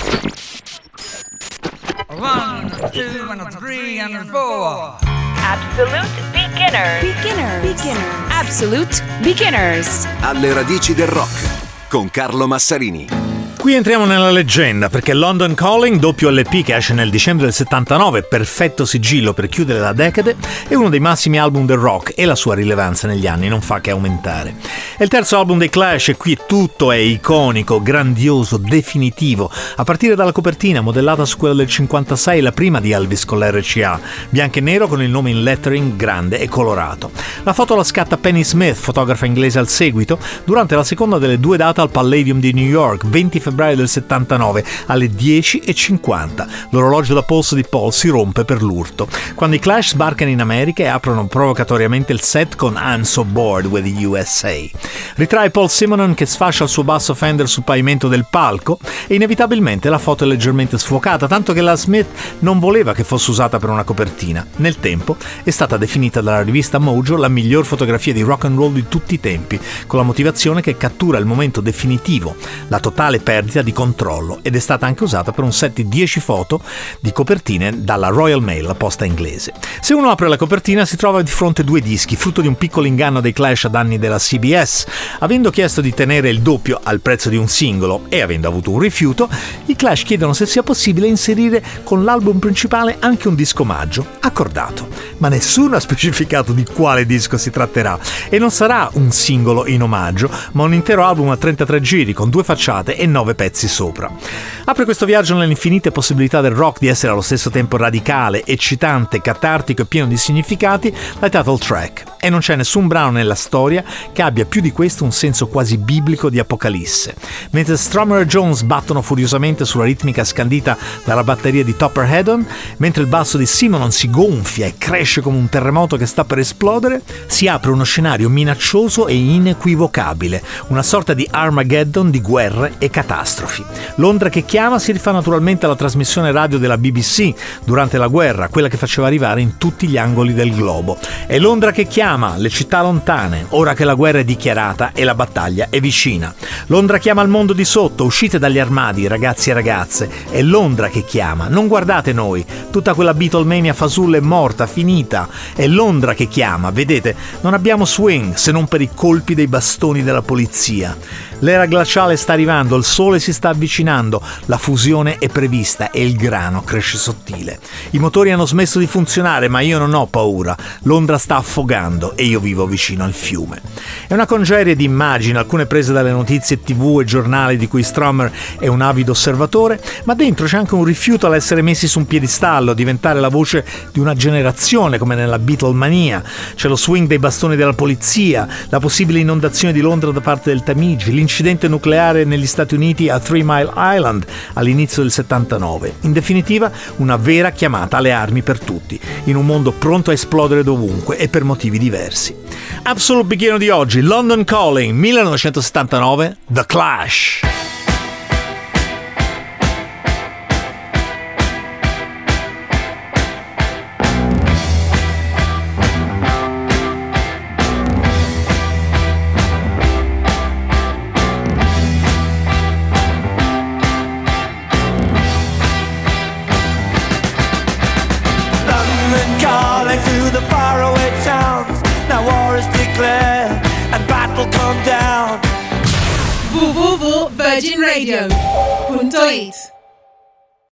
1, 2, and 3, and 4. Absolute beginners. Absolute beginners. Alle radici del rock con Carlo Massarini. Qui entriamo nella leggenda, perché London Calling, doppio LP che esce nel dicembre del 79, perfetto sigillo per chiudere la decade, è uno dei massimi album del rock e la sua rilevanza negli anni non fa che aumentare. È il terzo album dei Clash e qui tutto è iconico, grandioso, definitivo, a partire dalla copertina modellata su quella del 56, la prima di Elvis con l'RCA, bianco e nero con il nome in lettering grande e colorato. La foto la scatta Penny Smith, fotografa inglese al seguito, durante la seconda delle due date al Palladium di New York, 20 febbraio del 79 alle 10:50. L'orologio da polso di Paul si rompe per l'urto quando i Clash sbarcano in America e aprono provocatoriamente il set con I'm So Bored with the USA. Ritrae Paul Simonon che sfascia il suo basso Fender sul pavimento del palco e inevitabilmente la foto è leggermente sfocata, tanto che la Smith non voleva che fosse usata per una copertina. Nel tempo è stata definita dalla rivista Mojo la miglior fotografia di rock and roll di tutti i tempi, con la motivazione che cattura il momento definitivo, la totale perdita di controllo, ed è stata anche usata per un set di 10 foto di copertine dalla Royal Mail, la posta inglese. Se uno apre la copertina si trova di fronte due dischi, frutto di un piccolo inganno dei Clash a danni della CBS. Avendo chiesto di tenere il doppio al prezzo di un singolo e avendo avuto un rifiuto, i Clash chiedono se sia possibile inserire con l'album principale anche un disco omaggio. Accordato, ma nessuno ha specificato di quale disco si tratterà e non sarà un singolo in omaggio, ma un intero album a 33 giri con 2 facciate e 9 pezzi sopra. Apre questo viaggio nelle infinite possibilità del rock di essere allo stesso tempo radicale, eccitante, catartico e pieno di significati, la title track. E non c'è nessun brano nella storia che abbia più di questo un senso quasi biblico di apocalisse. Mentre Strummer e Jones battono furiosamente sulla ritmica scandita dalla batteria di Topper Headon, mentre il basso di Simonon si gonfia e cresce come un terremoto che sta per esplodere, si apre uno scenario minaccioso e inequivocabile, una sorta di Armageddon di guerre e catastrofi. Londra che chiama si rifà naturalmente alla trasmissione radio della BBC durante la guerra, quella che faceva arrivare in tutti gli angoli del globo. È Londra che chiama, le città lontane, ora che la guerra è dichiarata e la battaglia è vicina. Londra chiama il mondo di sotto, uscite dagli armadi, ragazzi e ragazze. È Londra che chiama, non guardate noi, tutta quella Beatlemania fasulla è morta, finita. È Londra che chiama, vedete, non abbiamo swing se non per i colpi dei bastoni della polizia. L'era glaciale sta arrivando, il sole si sta avvicinando, la fusione è prevista e il grano cresce sottile. I motori hanno smesso di funzionare, ma io non ho paura. Londra sta affogando e io vivo vicino al fiume. È una congerie di immagini, alcune prese dalle notizie TV e giornali di cui Strummer è un avido osservatore, ma dentro c'è anche un rifiuto all'essere messi su un piedistallo, a diventare la voce di una generazione come nella Beatlemania. C'è lo swing dei bastoni della polizia, la possibile inondazione di Londra da parte del Tamigi, l'incidente nucleare negli Stati Uniti a 3 Mile Island all'inizio del 79. In definitiva, una vera chiamata alle armi per tutti, in un mondo pronto a esplodere dovunque e per motivi diversi. Absolute Beginner di oggi, London Calling, 1979, The Clash. To the faraway towns, now war is declared and battle come down. www.virginradio.it